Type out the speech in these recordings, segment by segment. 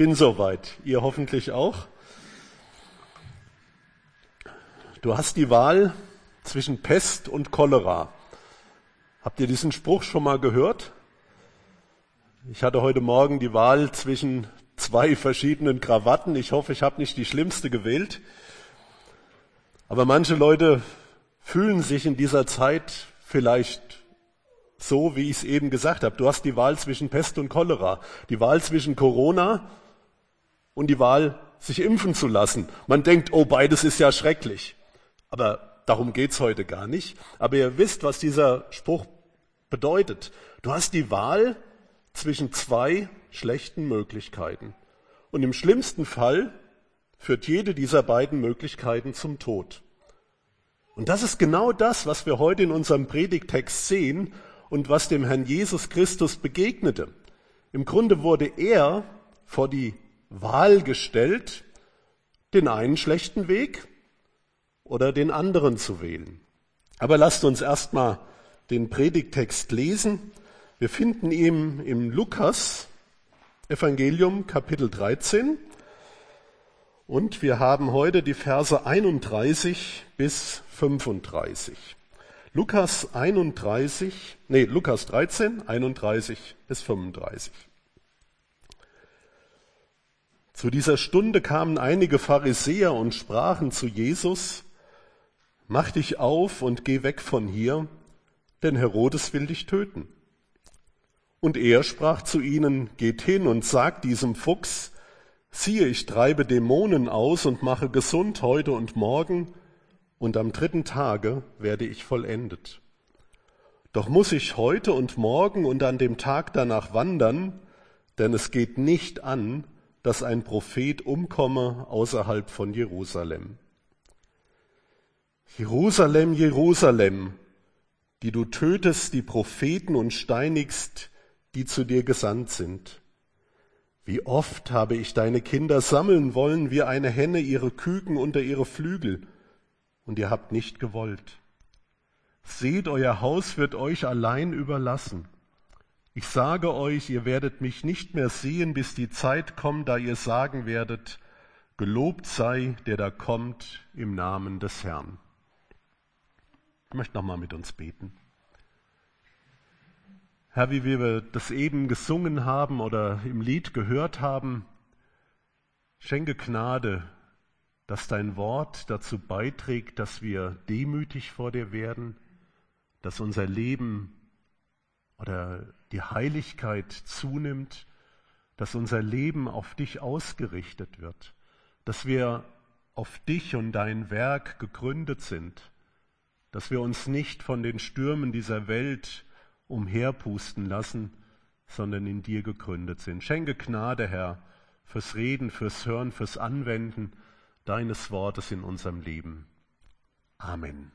bin soweit. Ihr hoffentlich auch. Du hast die Wahl zwischen Pest und Cholera. Habt ihr diesen Spruch schon mal gehört? Ich hatte heute Morgen die Wahl zwischen zwei verschiedenen Krawatten. Ich hoffe, ich habe nicht die schlimmste gewählt. Aber manche Leute fühlen sich in dieser Zeit vielleicht so, wie ich es eben gesagt habe. Du hast die Wahl zwischen Pest und Cholera, die Wahl zwischen Corona und die Wahl, sich impfen zu lassen. Man denkt, oh, beides ist ja schrecklich. Aber darum geht's heute gar nicht. Aber ihr wisst, was dieser Spruch bedeutet. Du hast die Wahl zwischen zwei schlechten Möglichkeiten. Und im schlimmsten Fall führt jede dieser beiden Möglichkeiten zum Tod. Und das ist genau das, was wir heute in unserem Predigttext sehen und was dem Herrn Jesus Christus begegnete. Im Grunde wurde er vor die Wahl gestellt, den einen schlechten Weg oder den anderen zu wählen. Aber lasst uns erstmal den Predigttext lesen. Wir finden ihn im Lukas Evangelium Kapitel 13 und wir haben heute die Verse 31 bis 35. Lukas 13, 31 bis 35. Zu dieser Stunde kamen einige Pharisäer und sprachen zu Jesus: Mach dich auf und geh weg von hier, denn Herodes will dich töten. Und er sprach zu ihnen: Geht hin und sagt diesem Fuchs: Siehe, ich treibe Dämonen aus und mache gesund heute und morgen, und am 3. Tage werde ich vollendet. Doch muss ich heute und morgen und an dem Tag danach wandern, denn es geht nicht an, dass ein Prophet umkomme außerhalb von Jerusalem. Jerusalem, Jerusalem, die du tötest die Propheten und steinigst, die zu dir gesandt sind. Wie oft habe ich deine Kinder sammeln wollen, wie eine Henne ihre Küken unter ihre Flügel, und ihr habt nicht gewollt. Seht, euer Haus wird euch allein überlassen. Ich sage euch, ihr werdet mich nicht mehr sehen, bis die Zeit kommt, da ihr sagen werdet: Gelobt sei, der da kommt im Namen des Herrn. Ich möchte nochmal mit uns beten. Herr, wie wir das eben gesungen haben oder im Lied gehört haben, schenke Gnade, dass dein Wort dazu beiträgt, dass wir demütig vor dir werden, dass unser Leben oder die Heiligkeit zunimmt, dass unser Leben auf dich ausgerichtet wird, dass wir auf dich und dein Werk gegründet sind, dass wir uns nicht von den Stürmen dieser Welt umherpusten lassen, sondern in dir gegründet sind. Schenke Gnade, Herr, fürs Reden, fürs Hören, fürs Anwenden deines Wortes in unserem Leben. Amen.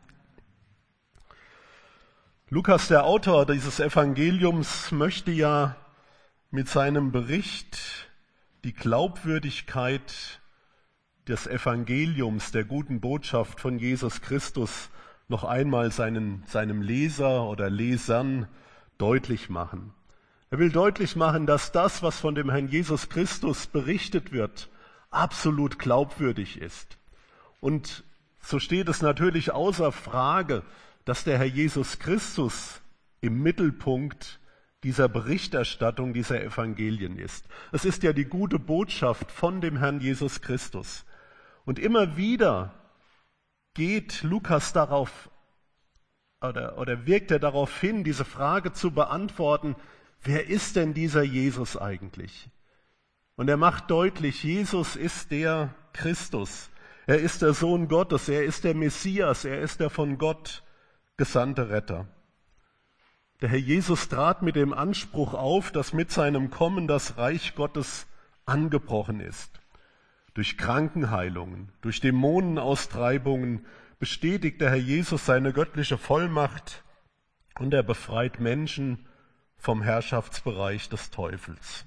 Lukas, der Autor dieses Evangeliums, möchte ja mit seinem Bericht die Glaubwürdigkeit des Evangeliums, der guten Botschaft von Jesus Christus, noch einmal seinem Leser oder Lesern deutlich machen. Er will deutlich machen, dass das, was von dem Herrn Jesus Christus berichtet wird, absolut glaubwürdig ist. Und so steht es natürlich außer Frage, dass der Herr Jesus Christus im Mittelpunkt dieser Berichterstattung dieser Evangelien ist. Es ist ja die gute Botschaft von dem Herrn Jesus Christus. Und immer wieder geht Lukas darauf oder wirkt er darauf hin, diese Frage zu beantworten: Wer ist denn dieser Jesus eigentlich? Und er macht deutlich, Jesus ist der Christus. Er ist der Sohn Gottes, er ist der Messias, er ist der von Gott gesandte Retter. Der Herr Jesus trat mit dem Anspruch auf, dass mit seinem Kommen das Reich Gottes angebrochen ist. Durch Krankenheilungen, durch Dämonenaustreibungen bestätigt der Herr Jesus seine göttliche Vollmacht und er befreit Menschen vom Herrschaftsbereich des Teufels.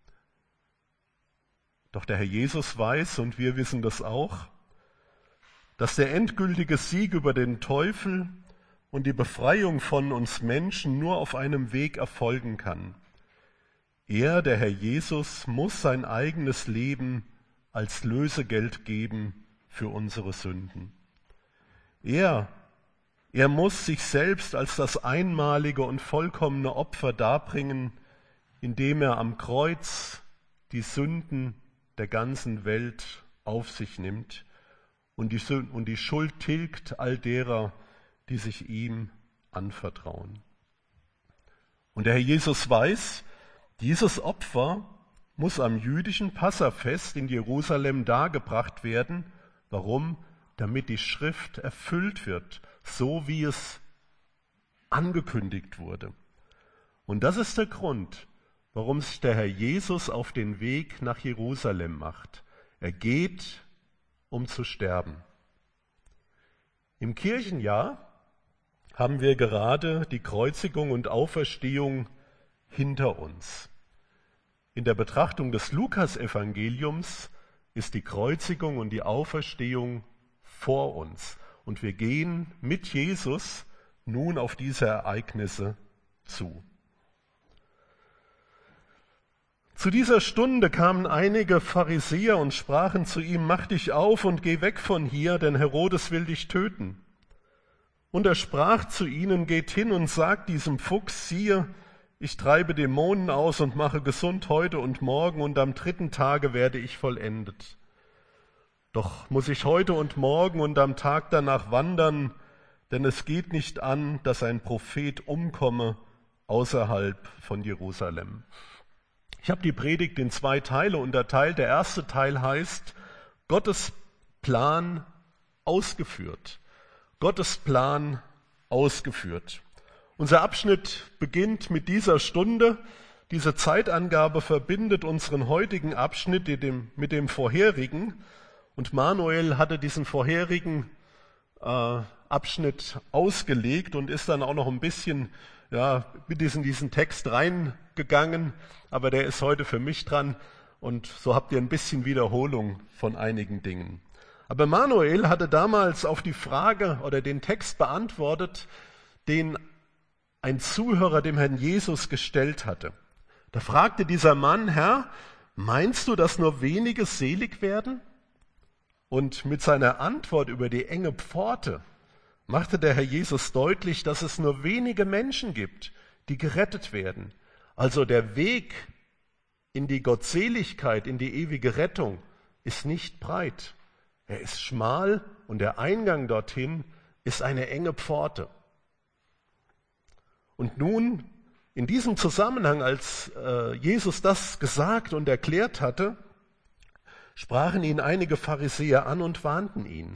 Doch der Herr Jesus weiß, und wir wissen das auch, dass der endgültige Sieg über den Teufel und die Befreiung von uns Menschen nur auf einem Weg erfolgen kann. Er, der Herr Jesus, muss sein eigenes Leben als Lösegeld geben für unsere Sünden. Er muss sich selbst als das einmalige und vollkommene Opfer darbringen, indem er am Kreuz die Sünden der ganzen Welt auf sich nimmt und die Schuld tilgt all derer, die sich ihm anvertrauen. Und der Herr Jesus weiß, dieses Opfer muss am jüdischen Passafest in Jerusalem dargebracht werden. Warum? Damit die Schrift erfüllt wird, so wie es angekündigt wurde. Und das ist der Grund, warum sich der Herr Jesus auf den Weg nach Jerusalem macht. Er geht, um zu sterben. Im Kirchenjahr haben wir gerade die Kreuzigung und Auferstehung hinter uns. In der Betrachtung des Lukasevangeliums ist die Kreuzigung und die Auferstehung vor uns. Und wir gehen mit Jesus nun auf diese Ereignisse zu. Zu dieser Stunde kamen einige Pharisäer und sprachen zu ihm: Mach dich auf und geh weg von hier, denn Herodes will dich töten. Und er sprach zu ihnen: Geht hin und sagt diesem Fuchs: Siehe, ich treibe Dämonen aus und mache gesund heute und morgen, und am 3. Tage werde ich vollendet. Doch muss ich heute und morgen und am Tag danach wandern, denn es geht nicht an, dass ein Prophet umkomme außerhalb von Jerusalem. Ich habe die Predigt in 2 Teile unterteilt. Der erste Teil heißt: Gottes Plan ausgeführt. Gottes Plan ausgeführt. Unser Abschnitt beginnt mit dieser Stunde. Diese Zeitangabe verbindet unseren heutigen Abschnitt mit dem vorherigen. Und Manuel hatte diesen vorherigen Abschnitt ausgelegt und ist dann auch noch ein bisschen mit diesen Text reingegangen. Aber der ist heute für mich dran und so habt ihr ein bisschen Wiederholung von einigen Dingen. Aber Manuel hatte damals auf die Frage oder den Text beantwortet, den ein Zuhörer dem Herrn Jesus gestellt hatte. Da fragte dieser Mann: Herr, meinst du, dass nur wenige selig werden? Und mit seiner Antwort über die enge Pforte machte der Herr Jesus deutlich, dass es nur wenige Menschen gibt, die gerettet werden. Also der Weg in die Gottseligkeit, in die ewige Rettung ist nicht breit. Er ist schmal und der Eingang dorthin ist eine enge Pforte. Und nun, in diesem Zusammenhang, als Jesus das gesagt und erklärt hatte, sprachen ihn einige Pharisäer an und warnten ihn.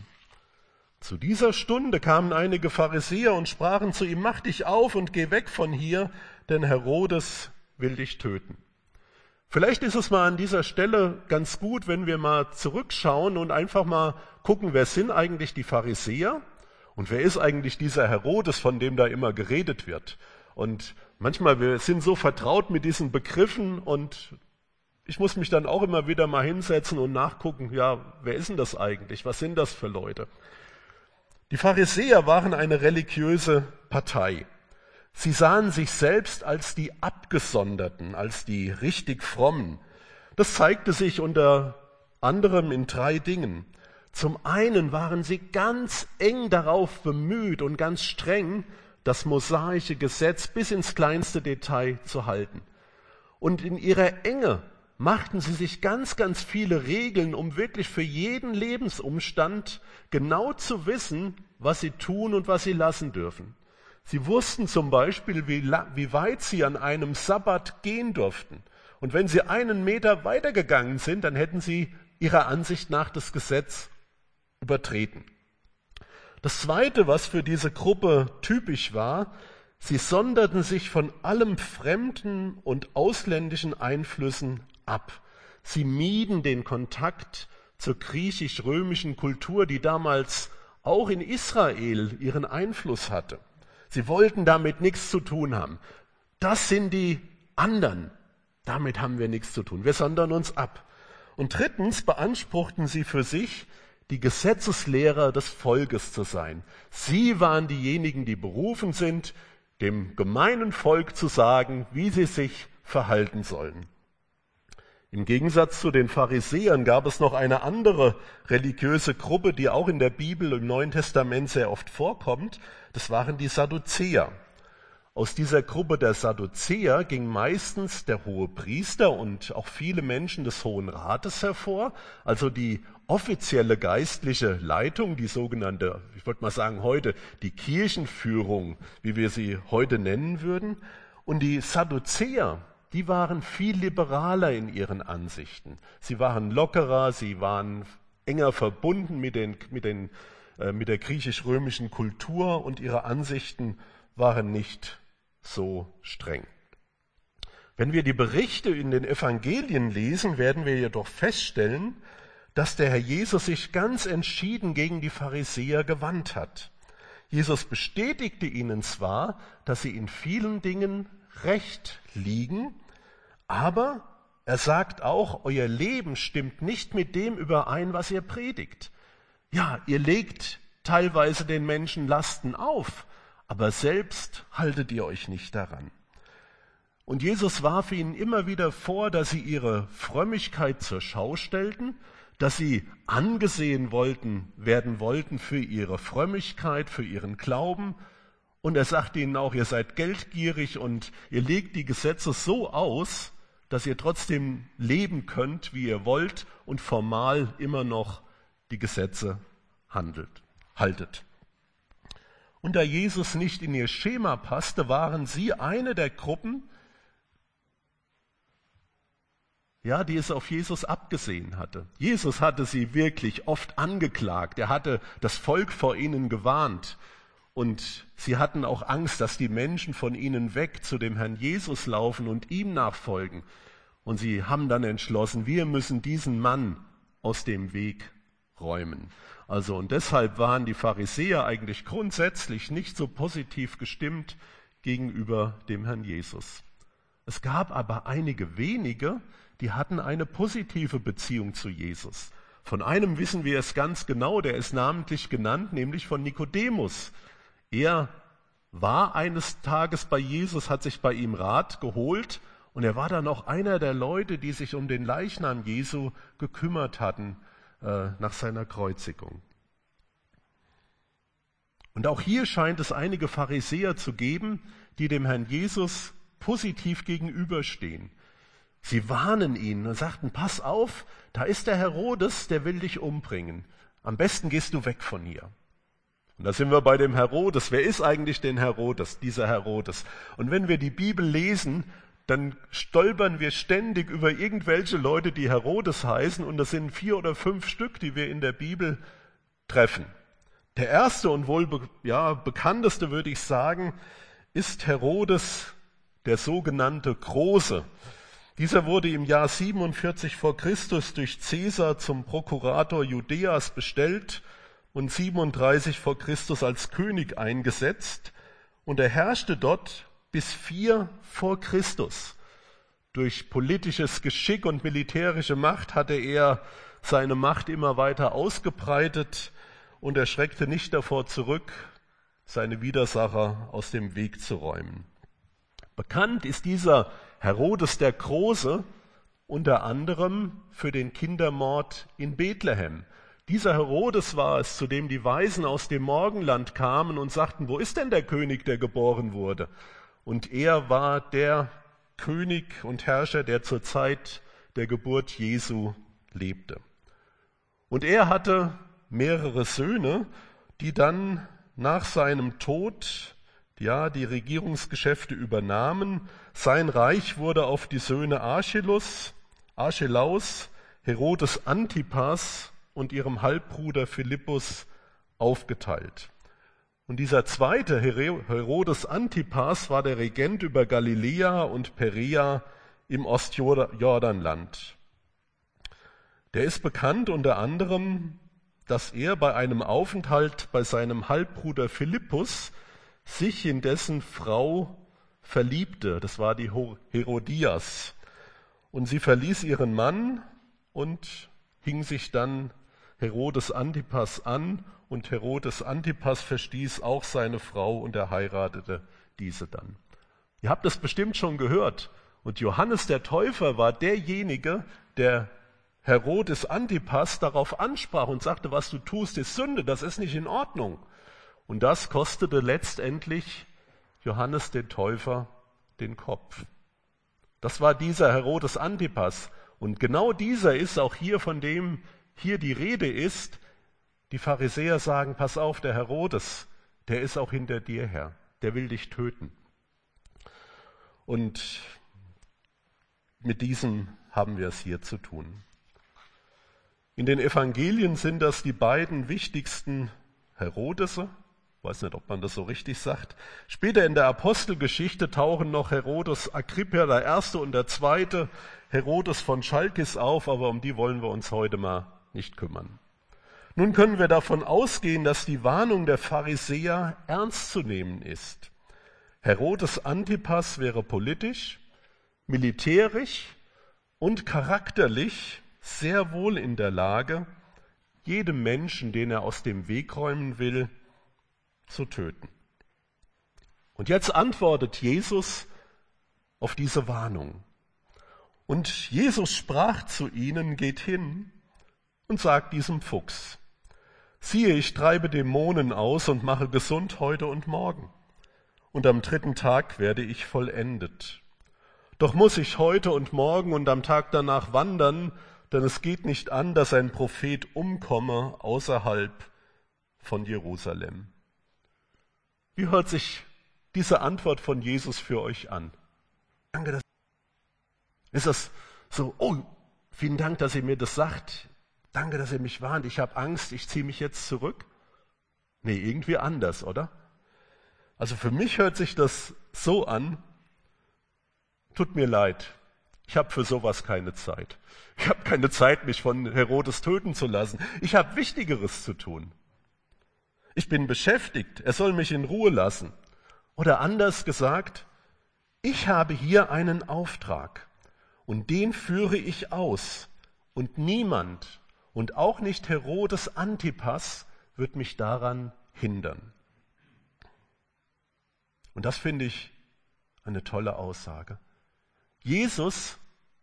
Zu dieser Stunde kamen einige Pharisäer und sprachen zu ihm: Mach dich auf und geh weg von hier, denn Herodes will dich töten. Vielleicht ist es mal an dieser Stelle ganz gut, wenn wir mal zurückschauen und einfach mal gucken, wer sind eigentlich die Pharisäer und wer ist eigentlich dieser Herodes, von dem da immer geredet wird. Und manchmal, wir sind so vertraut mit diesen Begriffen und ich muss mich dann auch immer wieder mal hinsetzen und nachgucken, wer ist denn das eigentlich? Was sind das für Leute? Die Pharisäer waren eine religiöse Partei. Sie sahen sich selbst als die Abgesonderten, als die richtig Frommen. Das zeigte sich unter anderem in 3 Dingen. Zum einen waren sie ganz eng darauf bemüht und ganz streng, das mosaische Gesetz bis ins kleinste Detail zu halten. Und in ihrer Enge machten sie sich ganz, ganz viele Regeln, um wirklich für jeden Lebensumstand genau zu wissen, was sie tun und was sie lassen dürfen. Sie wussten zum Beispiel, wie weit sie an einem Sabbat gehen durften. Und wenn sie 1 Meter weitergegangen sind, dann hätten sie ihrer Ansicht nach das Gesetz übertreten. Das Zweite, was für diese Gruppe typisch war: Sie sonderten sich von allem fremden und ausländischen Einflüssen ab. Sie mieden den Kontakt zur griechisch-römischen Kultur, die damals auch in Israel ihren Einfluss hatte. Sie wollten damit nichts zu tun haben. Das sind die anderen. Damit haben wir nichts zu tun. Wir sondern uns ab. Und drittens beanspruchten sie für sich, die Gesetzeslehrer des Volkes zu sein. Sie waren diejenigen, die berufen sind, dem gemeinen Volk zu sagen, wie sie sich verhalten sollen. Im Gegensatz zu den Pharisäern gab es noch eine andere religiöse Gruppe, die auch in der Bibel im Neuen Testament sehr oft vorkommt. Das waren die Sadduzäer. Aus dieser Gruppe der Sadduzäer ging meistens der Hohepriester und auch viele Menschen des Hohen Rates hervor, also die offizielle geistliche Leitung, die sogenannte, ich wollte mal sagen heute, die Kirchenführung, wie wir sie heute nennen würden. Und die Sadduzäer, die waren viel liberaler in ihren Ansichten. Sie waren lockerer, sie waren enger verbunden mit der griechisch-römischen Kultur und ihre Ansichten waren nicht so streng. Wenn wir die Berichte in den Evangelien lesen, werden wir jedoch feststellen, dass der Herr Jesus sich ganz entschieden gegen die Pharisäer gewandt hat. Jesus bestätigte ihnen zwar, dass sie in vielen Dingen recht liegen, aber er sagt auch, euer Leben stimmt nicht mit dem überein, was ihr predigt. Ja, ihr legt teilweise den Menschen Lasten auf, aber selbst haltet ihr euch nicht daran. Und Jesus warf ihnen immer wieder vor, dass sie ihre Frömmigkeit zur Schau stellten, dass sie angesehen werden wollten für ihre Frömmigkeit, für ihren Glauben. Und er sagte ihnen auch, ihr seid geldgierig und ihr legt die Gesetze so aus, dass ihr trotzdem leben könnt, wie ihr wollt und formal immer noch die Gesetze haltet. Und da Jesus nicht in ihr Schema passte, waren sie eine der Gruppen, ja, die es auf Jesus abgesehen hatte. Jesus hatte sie wirklich oft angeklagt. Er hatte das Volk vor ihnen gewarnt. Und sie hatten auch Angst, dass die Menschen von ihnen weg zu dem Herrn Jesus laufen und ihm nachfolgen. Und sie haben dann entschlossen, wir müssen diesen Mann aus dem Weg räumen. Also und deshalb waren die Pharisäer eigentlich grundsätzlich nicht so positiv gestimmt gegenüber dem Herrn Jesus. Es gab aber einige wenige, die hatten eine positive Beziehung zu Jesus. Von einem wissen wir es ganz genau, der ist namentlich genannt, nämlich von Nikodemus. Er war eines Tages bei Jesus, hat sich bei ihm Rat geholt und er war dann auch einer der Leute, die sich um den Leichnam Jesu gekümmert hatten nach seiner Kreuzigung. Und auch hier scheint es einige Pharisäer zu geben, die dem Herrn Jesus positiv gegenüberstehen. Sie warnen ihn und sagten, pass auf, da ist der Herodes, der will dich umbringen. Am besten gehst du weg von hier. Und da sind wir bei dem Herodes. Wer ist eigentlich denn Herodes, dieser Herodes? Und wenn wir die Bibel lesen, dann stolpern wir ständig über irgendwelche Leute, die Herodes heißen. Und das sind 4 oder 5 Stück, die wir in der Bibel treffen. Der erste und wohl bekannteste, würde ich sagen, ist Herodes, der sogenannte Große. Dieser wurde im Jahr 47 vor Christus durch Caesar zum Prokurator Judäas bestellt und 37 vor Christus als König eingesetzt. Und er herrschte dort bis 4 vor Christus. Durch politisches Geschick und militärische Macht hatte er seine Macht immer weiter ausgebreitet und er schreckte nicht davor zurück, seine Widersacher aus dem Weg zu räumen. Bekannt ist dieser Herodes der Große unter anderem für den Kindermord in Bethlehem. Dieser Herodes war es, zu dem die Weisen aus dem Morgenland kamen und sagten, wo ist denn der König, der geboren wurde? Und er war der König und Herrscher, der zur Zeit der Geburt Jesu lebte. Und er hatte mehrere Söhne, die dann nach seinem Tod die Regierungsgeschäfte übernahmen. Sein Reich wurde auf die Söhne Archelaus, Herodes Antipas und ihrem Halbbruder Philippus aufgeteilt. Und dieser zweite Herodes Antipas war der Regent über Galiläa und Perea im Ostjordanland. Der ist bekannt unter anderem, dass er bei einem Aufenthalt bei seinem Halbbruder Philippus sich in dessen Frau verliebte. Das war die Herodias. Und sie verließ ihren Mann und hing sich dann Herodes Antipas an. Und Herodes Antipas verstieß auch seine Frau und er heiratete diese dann. Ihr habt das bestimmt schon gehört. Und Johannes der Täufer war derjenige, der Herodes Antipas darauf ansprach und sagte, was du tust, ist Sünde, das ist nicht in Ordnung. Und das kostete letztendlich Johannes den Täufer den Kopf. Das war dieser Herodes Antipas. Und genau dieser ist auch hier, von dem hier die Rede ist. Die Pharisäer sagen, pass auf, der Herodes, der ist auch hinter dir her, der will dich töten. Und mit diesem haben wir es hier zu tun. In den Evangelien sind das die beiden wichtigsten Herodese. Ich weiß nicht, ob man das so richtig sagt. Später in der Apostelgeschichte tauchen noch Herodes Agrippa der Erste und der Zweite, Herodes von Chalkis auf, aber um die wollen wir uns heute mal nicht kümmern. Nun können wir davon ausgehen, dass die Warnung der Pharisäer ernst zu nehmen ist. Herodes Antipas wäre politisch, militärisch und charakterlich sehr wohl in der Lage, jedem Menschen, den er aus dem Weg räumen will, zu töten. Und jetzt antwortet Jesus auf diese Warnung. Und Jesus sprach zu ihnen, geht hin und sagt diesem Fuchs, siehe, ich treibe Dämonen aus und mache gesund heute und morgen. Und am 3. Tag werde ich vollendet. Doch muss ich heute und morgen und am Tag danach wandern, denn es geht nicht an, dass ein Prophet umkomme außerhalb von Jerusalem. Wie hört sich diese Antwort von Jesus für euch an? Danke, ist das so, oh, vielen Dank, dass ihr mir das sagt. Danke, dass ihr mich warnt. Ich habe Angst, ich ziehe mich jetzt zurück. Nee, irgendwie anders, oder? Also für mich hört sich das so an, tut mir leid, ich habe für sowas keine Zeit. Ich habe keine Zeit, mich von Herodes töten zu lassen. Ich habe Wichtigeres zu tun. Ich bin beschäftigt, er soll mich in Ruhe lassen. Oder anders gesagt, ich habe hier einen Auftrag und den führe ich aus und niemand und auch nicht Herodes Antipas wird mich daran hindern. Und das finde ich eine tolle Aussage. Jesus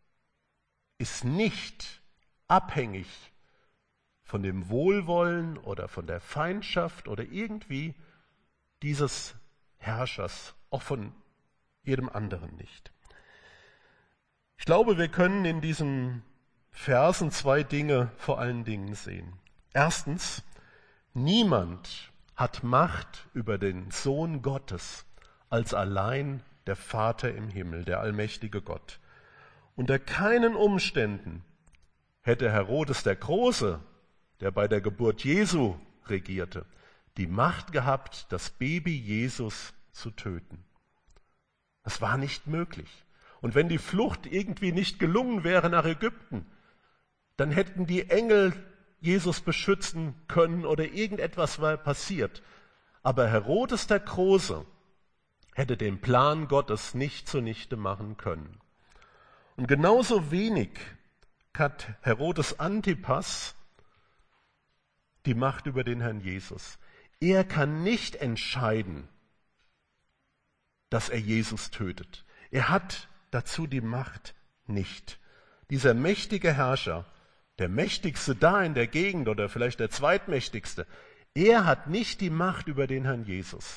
ist nicht abhängig von dem Wohlwollen oder von der Feindschaft oder irgendwie dieses Herrschers, auch von jedem anderen nicht. Ich glaube, wir können in diesen Versen 2 Dinge vor allen Dingen sehen. Erstens, niemand hat Macht über den Sohn Gottes als allein der Vater im Himmel, der allmächtige Gott. Unter keinen Umständen hätte Herodes der Große, der bei der Geburt Jesu regierte, die Macht gehabt, das Baby Jesus zu töten. Das war nicht möglich. Und wenn die Flucht irgendwie nicht gelungen wäre nach Ägypten, dann hätten die Engel Jesus beschützen können oder irgendetwas war passiert. Aber Herodes der Große hätte den Plan Gottes nicht zunichte machen können. Und genauso wenig hat Herodes Antipas die Macht über den Herrn Jesus. Er kann nicht entscheiden, dass er Jesus tötet. Er hat dazu die Macht nicht. Dieser mächtige Herrscher, der mächtigste da in der Gegend oder vielleicht der zweitmächtigste, er hat nicht die Macht über den Herrn Jesus.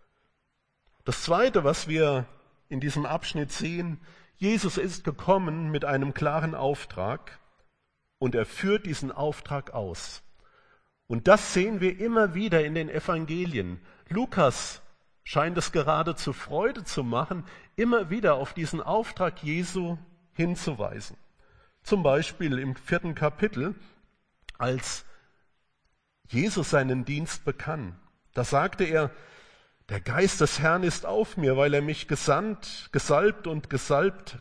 Das Zweite, was wir in diesem Abschnitt sehen, Jesus ist gekommen mit einem klaren Auftrag und er führt diesen Auftrag aus. Und das sehen wir immer wieder in den Evangelien. Lukas scheint es geradezu Freude zu machen, immer wieder auf diesen Auftrag Jesu hinzuweisen. Zum Beispiel im 4. Kapitel, als Jesus seinen Dienst begann. Da sagte er, der Geist des Herrn ist auf mir, weil er mich gesalbt und gesandt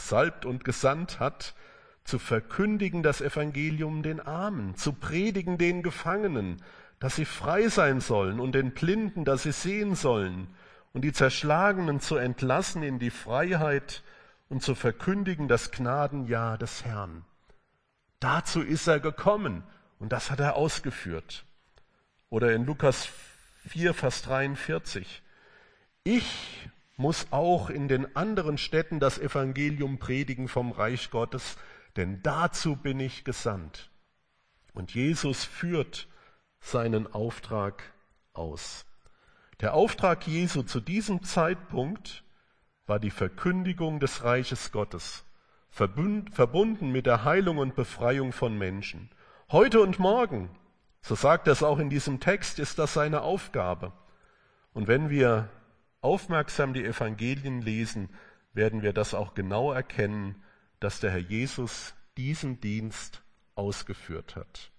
hat, zu verkündigen das Evangelium den Armen, zu predigen den Gefangenen, dass sie frei sein sollen und den Blinden, dass sie sehen sollen und die Zerschlagenen zu entlassen in die Freiheit und zu verkündigen das Gnadenjahr des Herrn. Dazu ist er gekommen und das hat er ausgeführt. Oder in Lukas 4, Vers 43. Ich muss auch in den anderen Städten das Evangelium predigen vom Reich Gottes, denn dazu bin ich gesandt. Und Jesus führt seinen Auftrag aus. Der Auftrag Jesu zu diesem Zeitpunkt war die Verkündigung des Reiches Gottes, verbunden mit der Heilung und Befreiung von Menschen. Heute und morgen, so sagt er es auch in diesem Text, ist das seine Aufgabe. Und wenn wir aufmerksam die Evangelien lesen, werden wir das auch genau erkennen, dass der Herr Jesus diesen Dienst ausgeführt hat.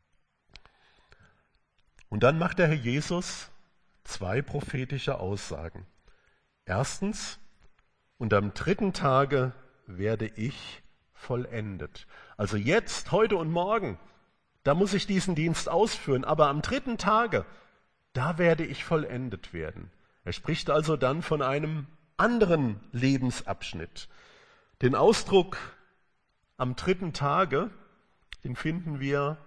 Und dann macht der Herr Jesus 2 prophetische Aussagen. Erstens, und am 3. Tage werde ich vollendet. Also jetzt, heute und morgen, da muss ich diesen Dienst ausführen, aber am 3. Tage, da werde ich vollendet werden. Er spricht also dann von einem anderen Lebensabschnitt. Den Ausdruck am 3. Tage, den finden wir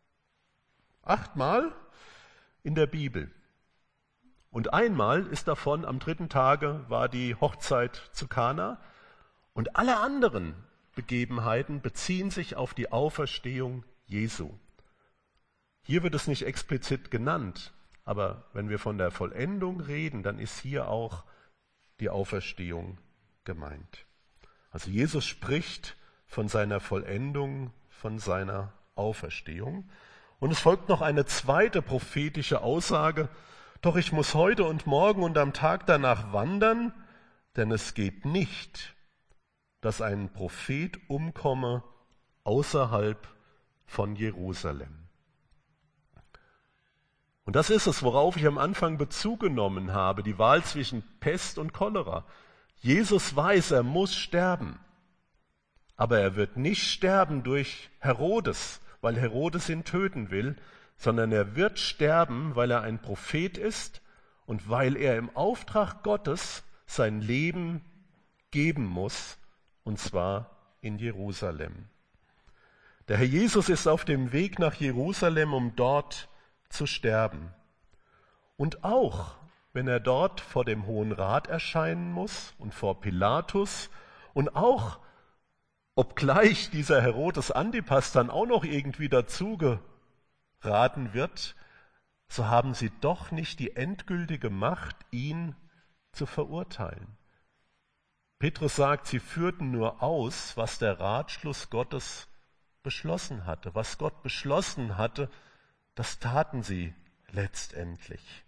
8-mal in der Bibel. Und einmal ist davon, am 3. Tage war die Hochzeit zu Kana. Und alle anderen Begebenheiten beziehen sich auf die Auferstehung Jesu. Hier wird es nicht explizit genannt, aber wenn wir von der Vollendung reden, dann ist hier auch die Auferstehung gemeint. Also Jesus spricht von seiner Vollendung, von seiner Auferstehung. Und es folgt noch eine zweite prophetische Aussage: Doch ich muss heute und morgen und am Tag danach wandern, denn es geht nicht, dass ein Prophet umkomme außerhalb von Jerusalem. Und das ist es, worauf ich am Anfang Bezug genommen habe, die Wahl zwischen Pest und Cholera. Jesus weiß, er muss sterben, aber er wird nicht sterben durch Herodes, weil Herodes ihn töten will, sondern er wird sterben, weil er ein Prophet ist und weil er im Auftrag Gottes sein Leben geben muss, und zwar in Jerusalem. Der Herr Jesus ist auf dem Weg nach Jerusalem, um dort zu sterben. Und auch wenn er dort vor dem Hohen Rat erscheinen muss und vor Pilatus und auch obgleich dieser Herodes Antipas dann auch noch irgendwie dazu geraten wird, so haben sie doch nicht die endgültige Macht, ihn zu verurteilen. Petrus sagt, sie führten nur aus, was der Ratschluss Gottes beschlossen hatte. Was Gott beschlossen hatte, das taten sie letztendlich.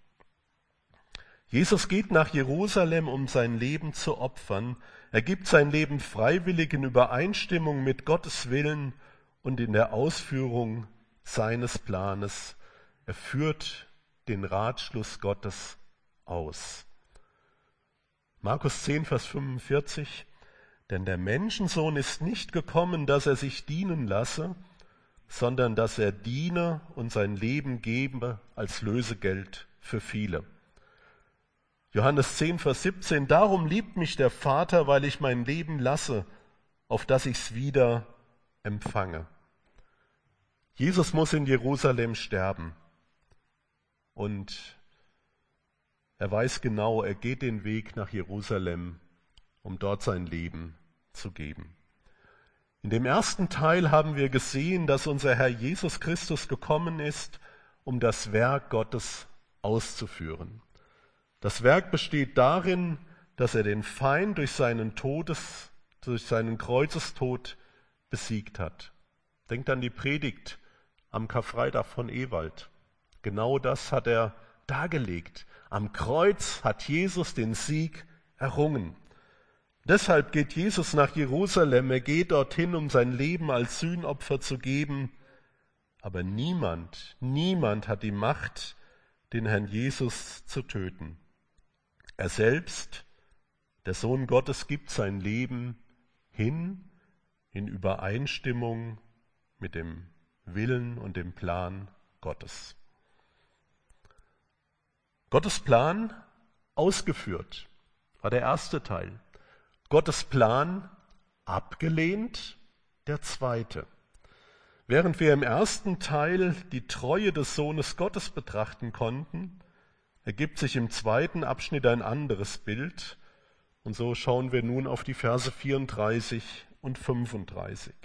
Jesus geht nach Jerusalem, um sein Leben zu opfern. Er gibt sein Leben freiwillig in Übereinstimmung mit Gottes Willen und in der Ausführung seines Planes. Er führt den Ratschluss Gottes aus. Markus 10, Vers 45: Denn der Menschensohn ist nicht gekommen, dass er sich dienen lasse, sondern dass er diene und sein Leben gebe als Lösegeld für viele. Johannes 10, Vers 17: Darum liebt mich der Vater, weil ich mein Leben lasse, auf dass ich's wieder empfange. Jesus muss in Jerusalem sterben. Und er weiß genau, er geht den Weg nach Jerusalem, um dort sein Leben zu geben. In dem ersten Teil haben wir gesehen, dass unser Herr Jesus Christus gekommen ist, um das Werk Gottes auszuführen. Das Werk besteht darin, dass er den Feind durch seinen Kreuzestod besiegt hat. Denkt an die Predigt am Karfreitag von Ewald. Genau das hat er dargelegt. Am Kreuz hat Jesus den Sieg errungen. Deshalb geht Jesus nach Jerusalem. Er geht dorthin, um sein Leben als Sühnopfer zu geben. Aber niemand hat die Macht, den Herrn Jesus zu töten. Er selbst, der Sohn Gottes, gibt sein Leben hin in Übereinstimmung mit dem Willen und dem Plan Gottes. Gottes Plan ausgeführt war der erste Teil. Gottes Plan abgelehnt, der zweite. Während wir im ersten Teil die Treue des Sohnes Gottes betrachten konnten, ergibt sich im zweiten Abschnitt ein anderes Bild, Und so schauen wir nun auf die Verse 34 und 35.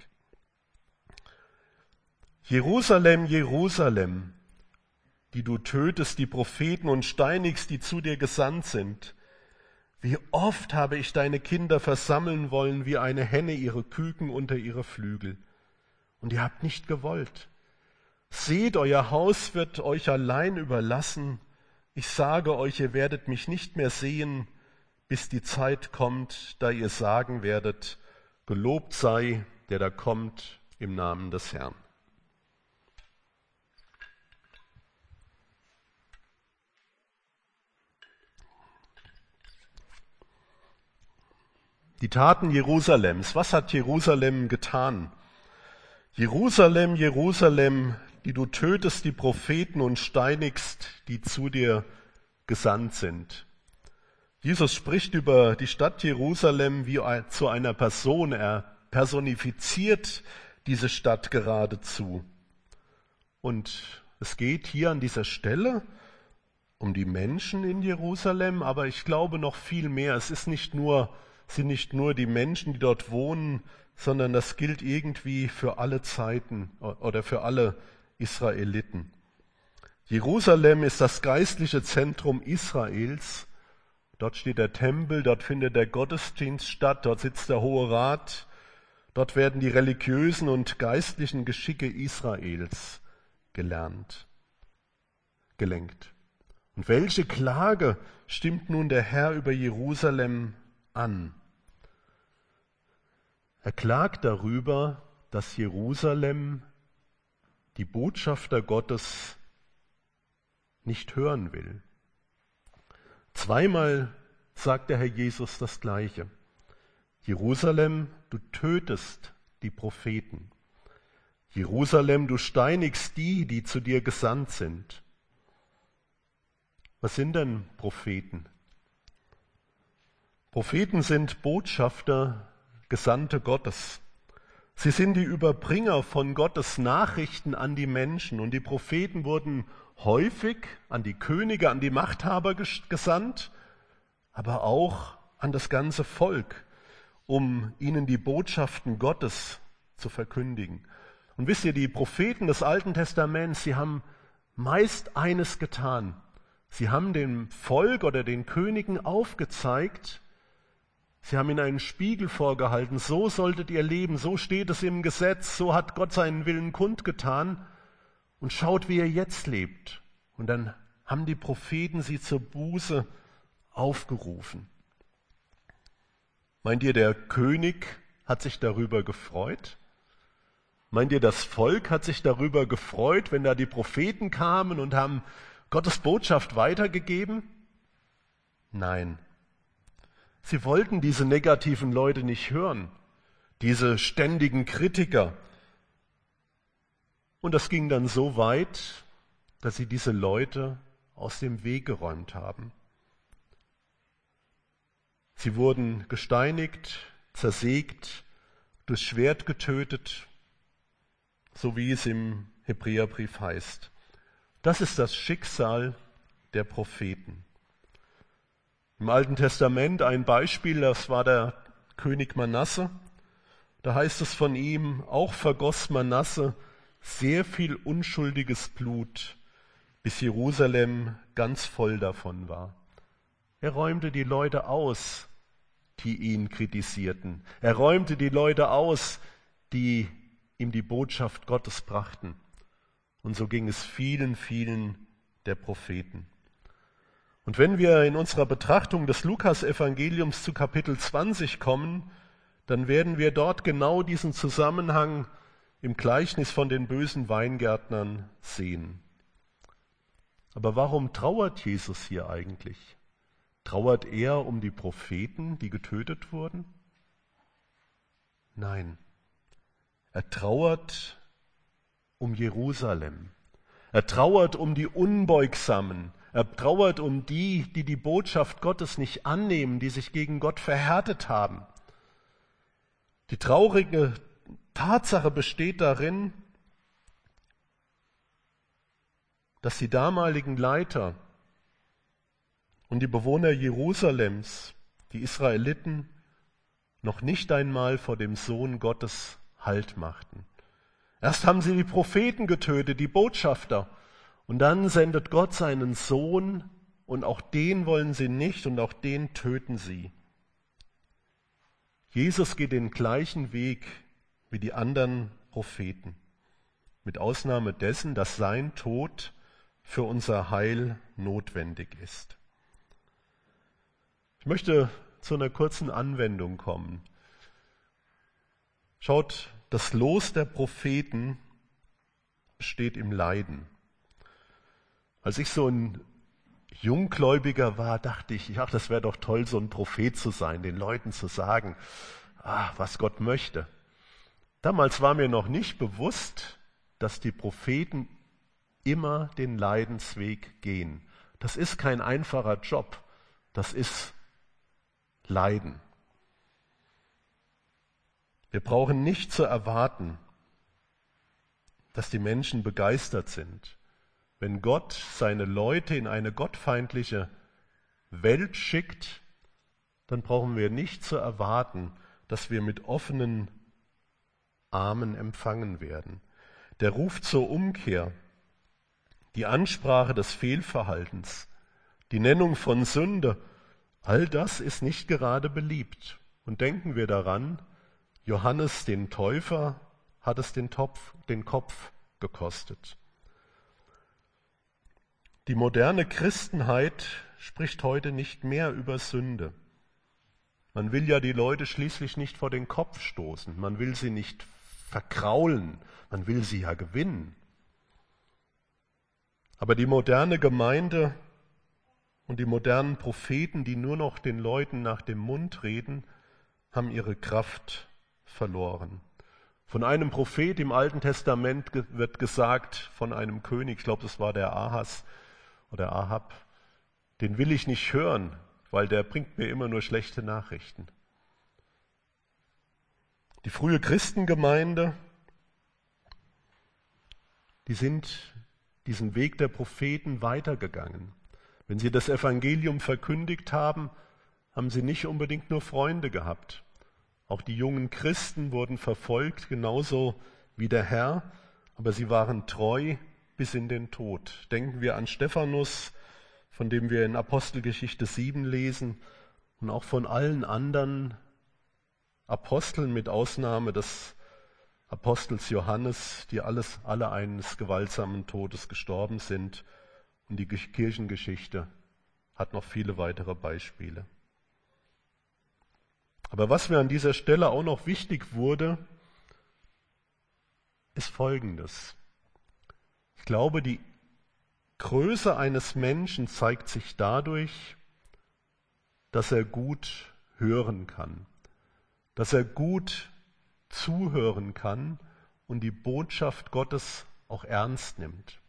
Jerusalem, Jerusalem, die du tötest die Propheten und steinigst, die zu dir gesandt sind. Wie oft habe ich deine Kinder versammeln wollen, wie eine Henne ihre Küken unter ihre Flügel. Und ihr habt nicht gewollt. Seht, euer Haus wird euch allein überlassen. Ich sage euch, ihr werdet mich nicht mehr sehen, bis die Zeit kommt, da ihr sagen werdet, gelobt sei, der da kommt im Namen des Herrn. Die Taten Jerusalems. Was hat Jerusalem getan? Jerusalem, Jerusalem, die du tötest die Propheten und steinigst, die zu dir gesandt sind. Jesus spricht über die Stadt Jerusalem wie zu einer Person. Er personifiziert diese Stadt geradezu. Und es geht hier an dieser Stelle um die Menschen in Jerusalem, aber ich glaube noch viel mehr. Es sind nicht nur die Menschen, die dort wohnen, sondern das gilt irgendwie für alle Zeiten oder für alle Israeliten. Jerusalem ist das geistliche Zentrum Israels. Dort steht der Tempel, dort findet der Gottesdienst statt, dort sitzt der Hohe Rat, dort werden die religiösen und geistlichen Geschicke Israels gelenkt. Und welche Klage stimmt nun der Herr über Jerusalem an? Er klagt darüber, dass Jerusalem die Botschafter Gottes nicht hören will. Zweimal sagt der Herr Jesus das Gleiche. Jerusalem, du tötest die Propheten. Jerusalem, du steinigst die, die zu dir gesandt sind. Was sind denn Propheten? Propheten sind Botschafter, Gesandte Gottes. Sie sind die Überbringer von Gottes Nachrichten an die Menschen. Und die Propheten wurden häufig an die Könige, an die Machthaber gesandt, aber auch an das ganze Volk, um ihnen die Botschaften Gottes zu verkündigen. Und wisst ihr, die Propheten des Alten Testaments, sie haben meist eines getan. Sie haben dem Volk oder den Königen aufgezeigt, sie haben ihnen einen Spiegel vorgehalten, so solltet ihr leben, so steht es im Gesetz, so hat Gott seinen Willen kundgetan und schaut, wie ihr jetzt lebt. Und dann haben die Propheten sie zur Buße aufgerufen. Meint ihr, der König hat sich darüber gefreut? Meint ihr, das Volk hat sich darüber gefreut, wenn da die Propheten kamen und haben Gottes Botschaft weitergegeben? Nein. Sie wollten diese negativen Leute nicht hören, diese ständigen Kritiker. Und das ging dann so weit, dass sie diese Leute aus dem Weg geräumt haben. Sie wurden gesteinigt, zersägt, durchs Schwert getötet, so wie es im Hebräerbrief heißt. Das ist das Schicksal der Propheten. Im Alten Testament ein Beispiel, das war der König Manasse. Da heißt es von ihm, auch vergoss Manasse sehr viel unschuldiges Blut, bis Jerusalem ganz voll davon war. Er räumte die Leute aus, die ihn kritisierten. Er räumte die Leute aus, die ihm die Botschaft Gottes brachten. Und so ging es vielen, vielen der Propheten. Und wenn wir in unserer Betrachtung des Lukas-Evangeliums zu Kapitel 20 kommen, dann werden wir dort genau diesen Zusammenhang im Gleichnis von den bösen Weingärtnern sehen. Aber warum trauert Jesus hier eigentlich? Trauert er um die Propheten, die getötet wurden? Nein, er trauert um Jerusalem. Er trauert um die Unbeugsamen. Er trauert um die, die die Botschaft Gottes nicht annehmen, die sich gegen Gott verhärtet haben. Die traurige Tatsache besteht darin, dass die damaligen Leiter und die Bewohner Jerusalems die Israeliten noch nicht einmal vor dem Sohn Gottes Halt machten. Erst haben sie die Propheten getötet, die Botschafter, und dann sendet Gott seinen Sohn, und auch den wollen sie nicht, und auch den töten sie. Jesus geht den gleichen Weg wie die anderen Propheten, mit Ausnahme dessen, dass sein Tod für unser Heil notwendig ist. Ich möchte zu einer kurzen Anwendung kommen. Schaut, das Los der Propheten besteht im Leiden. Als ich so ein Junggläubiger war, dachte ich, ach, das wäre doch toll, so ein Prophet zu sein, den Leuten zu sagen, was Gott möchte. Damals war mir noch nicht bewusst, dass die Propheten immer den Leidensweg gehen. Das ist kein einfacher Job, das ist Leiden. Wir brauchen nicht zu erwarten, dass die Menschen begeistert sind. Wenn Gott seine Leute in eine gottfeindliche Welt schickt, dann brauchen wir nicht zu erwarten, dass wir mit offenen Armen empfangen werden. Der Ruf zur Umkehr, die Ansprache des Fehlverhaltens, die Nennung von Sünde, all das ist nicht gerade beliebt. Und denken wir daran, Johannes den Täufer hat es den Kopf gekostet. Die moderne Christenheit spricht heute nicht mehr über Sünde. Man will ja die Leute schließlich nicht vor den Kopf stoßen, man will sie nicht verkraulen, man will sie ja gewinnen. Aber die moderne Gemeinde und die modernen Propheten, die nur noch den Leuten nach dem Mund reden, haben ihre Kraft verloren. Von einem Prophet im Alten Testament wird gesagt, von einem König, ich glaube, das war der Ahas oder Ahab, den will ich nicht hören, weil der bringt mir immer nur schlechte Nachrichten. Die frühe Christengemeinde, die sind diesen Weg der Propheten weitergegangen. Wenn sie das Evangelium verkündigt haben, haben sie nicht unbedingt nur Freunde gehabt. Auch die jungen Christen wurden verfolgt, genauso wie der Herr, aber sie waren treu bis in den Tod. Denken wir an Stephanus, von dem wir in Apostelgeschichte 7 lesen, und auch von allen anderen Aposteln mit Ausnahme des Apostels Johannes, die alle eines gewaltsamen Todes gestorben sind. Und die Kirchengeschichte hat noch viele weitere Beispiele. Aber was mir an dieser Stelle auch noch wichtig wurde, ist Folgendes. Ich glaube, die Größe eines Menschen zeigt sich dadurch, dass er gut hören kann, dass er gut zuhören kann und die Botschaft Gottes auch ernst nimmt.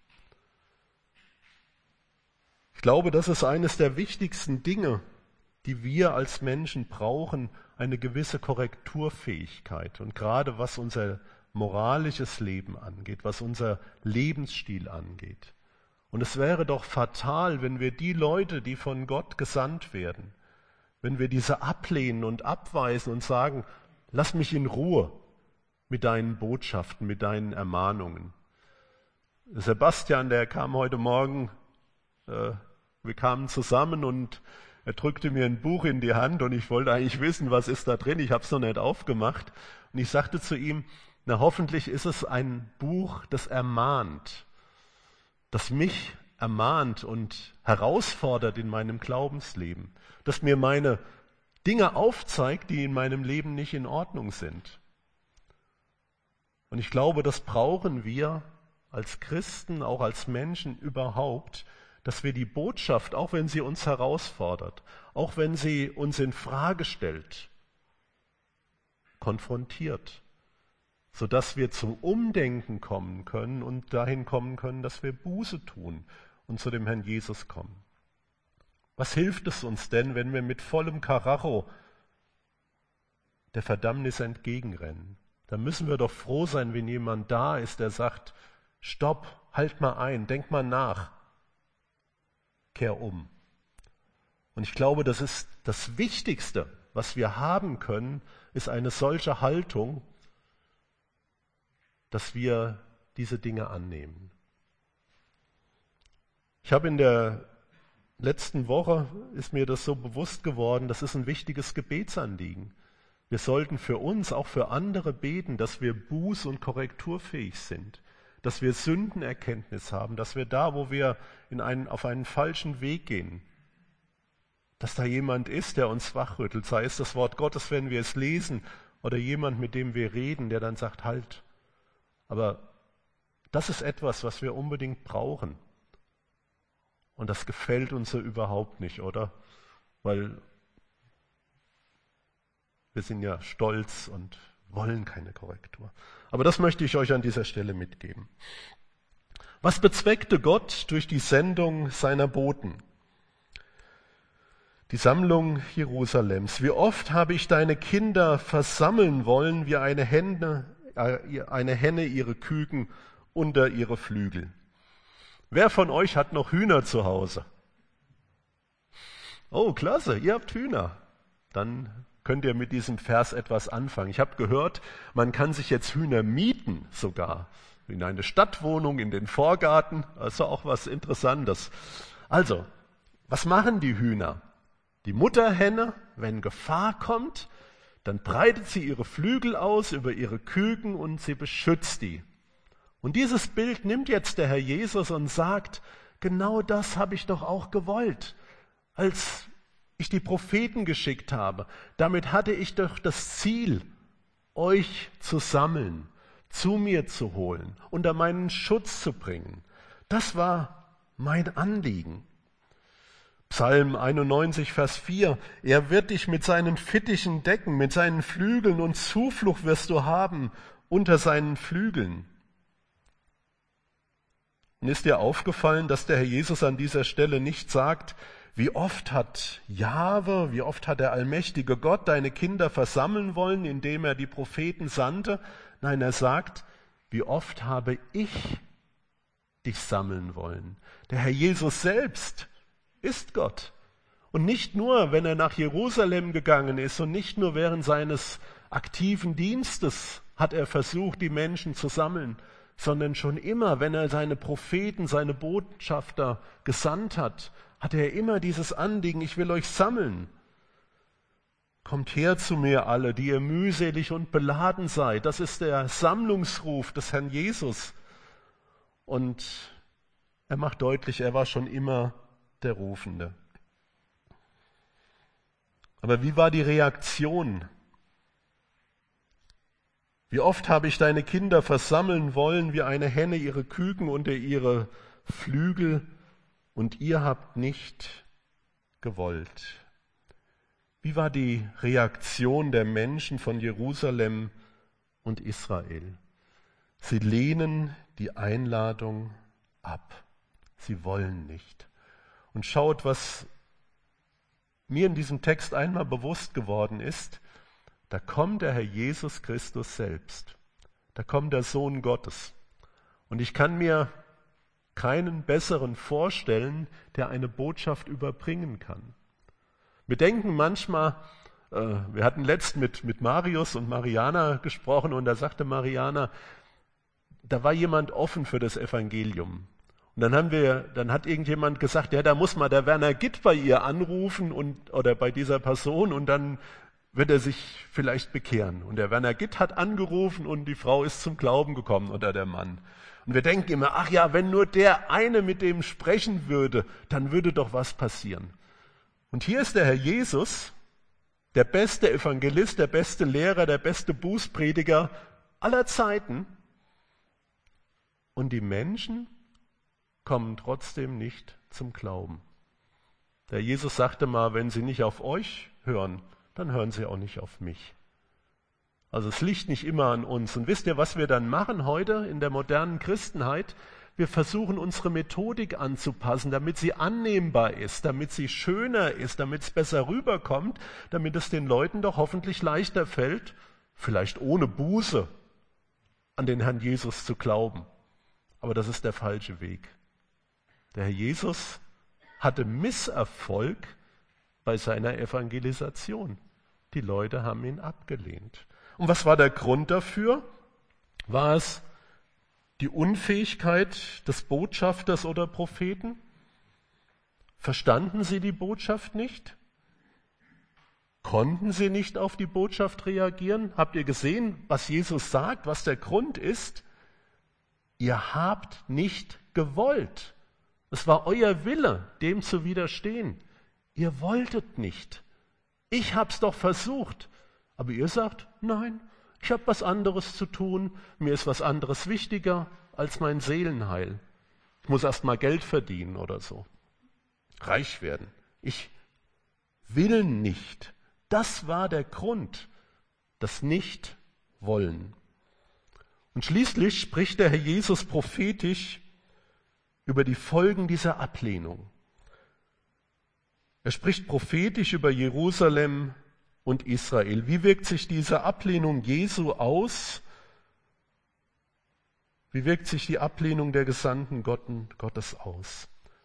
Ich glaube, das ist eines der wichtigsten Dinge, die wir als Menschen brauchen, eine gewisse Korrekturfähigkeit. Und gerade was unser moralisches Leben angeht, was unser Lebensstil angeht. Und es wäre doch fatal, wenn wir die Leute, die von Gott gesandt werden, wenn wir diese ablehnen und abweisen und sagen, lass mich in Ruhe mit deinen Botschaften, mit deinen Ermahnungen. Sebastian, der kam heute Morgen, wir kamen zusammen und er drückte mir ein Buch in die Hand und ich wollte eigentlich wissen, was ist da drin. Ich habe es noch nicht aufgemacht. Und ich sagte zu ihm, na hoffentlich ist es ein Buch, das ermahnt, das mich ermahnt und herausfordert in meinem Glaubensleben, das mir meine Dinge aufzeigt, die in meinem Leben nicht in Ordnung sind. Und ich glaube, das brauchen wir als Christen, auch als Menschen überhaupt, dass wir die Botschaft, auch wenn sie uns herausfordert, auch wenn sie uns in Frage stellt, konfrontiert, sodass wir zum Umdenken kommen können und dahin kommen können, dass wir Buße tun und zu dem Herrn Jesus kommen. Was hilft es uns denn, wenn wir mit vollem Karacho der Verdammnis entgegenrennen? Da müssen wir doch froh sein, wenn jemand da ist, der sagt, stopp, halt mal ein, denk mal nach. Kehr um. Und ich glaube, das ist das Wichtigste, was wir haben können, ist eine solche Haltung, dass wir diese Dinge annehmen. Ich habe in der letzten Woche, ist mir das so bewusst geworden, das ist ein wichtiges Gebetsanliegen. Wir sollten für uns, auch für andere beten, dass wir buß- und korrekturfähig sind, dass wir Sündenerkenntnis haben, dass wir da, wo wir auf einen falschen Weg gehen, dass da jemand ist, der uns wachrüttelt, sei es das Wort Gottes, wenn wir es lesen, oder jemand, mit dem wir reden, der dann sagt, halt. Aber das ist etwas, was wir unbedingt brauchen. Und das gefällt uns so überhaupt nicht, oder? Weil wir sind ja stolz und wollen keine Korrektur. Aber das möchte ich euch an dieser Stelle mitgeben. Was bezweckte Gott durch die Sendung seiner Boten? Die Sammlung Jerusalems. Wie oft habe ich deine Kinder versammeln wollen, wie eine Henne ihre Küken unter ihre Flügel. Wer von euch hat noch Hühner zu Hause? Oh, klasse, ihr habt Hühner. Dann könnt ihr mit diesem Vers etwas anfangen. Ich habe gehört, man kann sich jetzt Hühner mieten sogar. In eine Stadtwohnung, in den Vorgarten. Also auch was Interessantes. Also, was machen die Hühner? Die Mutterhenne, wenn Gefahr kommt, dann breitet sie ihre Flügel aus über ihre Küken und sie beschützt die. Und dieses Bild nimmt jetzt der Herr Jesus und sagt, genau das habe ich doch auch gewollt, als ich die Propheten geschickt habe. Damit hatte ich doch das Ziel, euch zu sammeln, zu mir zu holen, unter meinen Schutz zu bringen. Das war mein Anliegen. Psalm 91, Vers 4, er wird dich mit seinen Fittichen decken, mit seinen Flügeln und Zuflucht wirst du haben unter seinen Flügeln. Und ist dir aufgefallen, dass der Herr Jesus an dieser Stelle nicht sagt, wie oft hat Jahwe, wie oft hat der allmächtige Gott deine Kinder versammeln wollen, indem er die Propheten sandte? Nein, er sagt, wie oft habe ich dich sammeln wollen. Der Herr Jesus selbst ist Gott. Und nicht nur, wenn er nach Jerusalem gegangen ist und nicht nur während seines aktiven Dienstes hat er versucht, die Menschen zu sammeln, sondern schon immer, wenn er seine Propheten, seine Botschafter gesandt hat, hatte er immer dieses Anliegen, ich will euch sammeln. Kommt her zu mir alle, die ihr mühselig und beladen seid. Das ist der Sammlungsruf des Herrn Jesus. Und er macht deutlich, er war schon immer der Rufende. Aber wie war die Reaktion? Wie oft habe ich deine Kinder versammeln wollen, wie eine Henne ihre Küken unter ihre Flügel, und ihr habt nicht gewollt. Wie war die Reaktion der Menschen von Jerusalem und Israel? Sie lehnen die Einladung ab. Sie wollen nicht. Und schaut, was mir in diesem Text einmal bewusst geworden ist, da kommt der Herr Jesus Christus selbst. Da kommt der Sohn Gottes. Und ich kann mir keinen besseren vorstellen, der eine Botschaft überbringen kann. Wir denken manchmal, wir hatten letzt mit Marius und Mariana gesprochen und da sagte Mariana, da war jemand offen für das Evangelium. Und dann hat irgendjemand gesagt, ja, da muss mal der Werner Gitt bei ihr anrufen oder bei dieser Person und dann wird er sich vielleicht bekehren. Und der Werner Gitt hat angerufen und die Frau ist zum Glauben gekommen oder der Mann. Und wir denken immer, ach ja, wenn nur der eine mit dem sprechen würde, dann würde doch was passieren. Und hier ist der Herr Jesus, der beste Evangelist, der beste Lehrer, der beste Bußprediger aller Zeiten. Und die Menschen kommen trotzdem nicht zum Glauben. Der Jesus sagte mal, wenn sie nicht auf euch hören, dann hören sie auch nicht auf mich. Also es liegt nicht immer an uns. Und wisst ihr, was wir dann machen heute in der modernen Christenheit? Wir versuchen unsere Methodik anzupassen, damit sie annehmbar ist, damit sie schöner ist, damit es besser rüberkommt, damit es den Leuten doch hoffentlich leichter fällt, vielleicht ohne Buße, an den Herrn Jesus zu glauben. Aber das ist der falsche Weg. Der Herr Jesus hatte Misserfolg bei seiner Evangelisation. Die Leute haben ihn abgelehnt. Und was war der Grund dafür? War es die Unfähigkeit des Botschafters oder Propheten? Verstanden sie die Botschaft nicht? Konnten sie nicht auf die Botschaft reagieren? Habt ihr gesehen, was Jesus sagt, was der Grund ist? Ihr habt nicht gewollt. Es war euer Wille, dem zu widerstehen. Ihr wolltet nicht. Ich hab's doch versucht. Aber ihr sagt, nein, ich habe was anderes zu tun. Mir ist was anderes wichtiger als mein Seelenheil. Ich muss erst mal Geld verdienen oder so. Reich werden. Ich will nicht. Das war der Grund, das Nicht-Wollen. Und schließlich spricht der Herr Jesus prophetisch über die Folgen dieser Ablehnung. Er spricht prophetisch über Jerusalem und Israel. Wie wirkt sich diese Ablehnung Jesu aus? Wie wirkt sich die Ablehnung der Gesandten Gottes aus?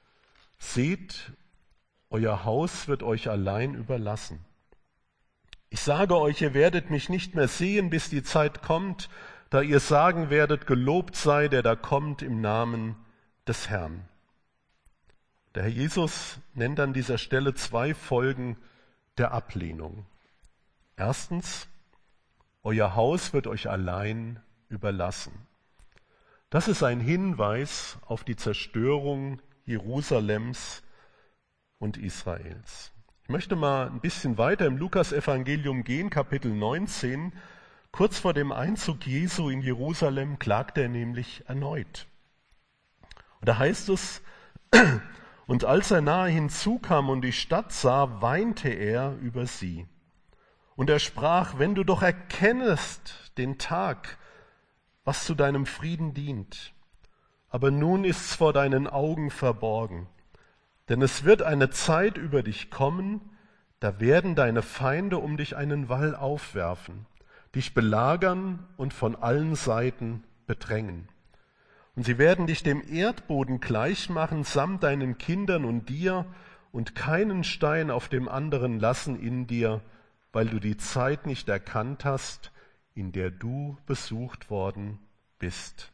Seht, euer Haus wird euch allein überlassen. Ich sage euch, ihr werdet mich nicht mehr sehen, bis die Zeit kommt, da ihr sagen werdet, gelobt sei, der da kommt im Namen des Herrn. Der Herr Jesus nennt an dieser Stelle 2 Folgen der Ablehnung. Erstens, euer Haus wird euch allein überlassen. Das ist ein Hinweis auf die Zerstörung Jerusalems und Israels. Ich möchte mal ein bisschen weiter im Lukas-Evangelium gehen, Kapitel 19. Kurz vor dem Einzug Jesu in Jerusalem klagt er nämlich erneut. Und da heißt es, und als er nahe hinzukam und die Stadt sah, weinte er über sie. Und er sprach, wenn du doch erkennest den Tag, was zu deinem Frieden dient. Aber nun ist's vor deinen Augen verborgen. Denn es wird eine Zeit über dich kommen, da werden deine Feinde um dich einen Wall aufwerfen, dich belagern und von allen Seiten bedrängen. Und sie werden dich dem Erdboden gleichmachen, samt deinen Kindern und dir, und keinen Stein auf dem anderen lassen in dir, weil du die Zeit nicht erkannt hast, in der du besucht worden bist.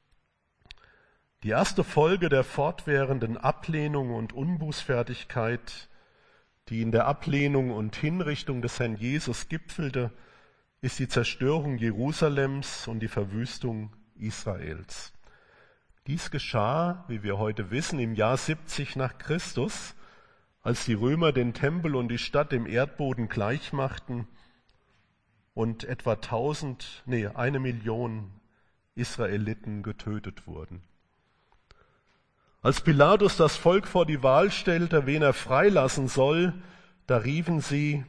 Die erste Folge der fortwährenden Ablehnung und Unbußfertigkeit, die in der Ablehnung und Hinrichtung des Herrn Jesus gipfelte, ist die Zerstörung Jerusalems und die Verwüstung Israels. Dies geschah, wie wir heute wissen, im Jahr 70 nach Christus, als die Römer den Tempel und die Stadt dem Erdboden gleichmachten und etwa 1 Million Israeliten getötet wurden. Als Pilatus das Volk vor die Wahl stellte, wen er freilassen soll, da riefen sie,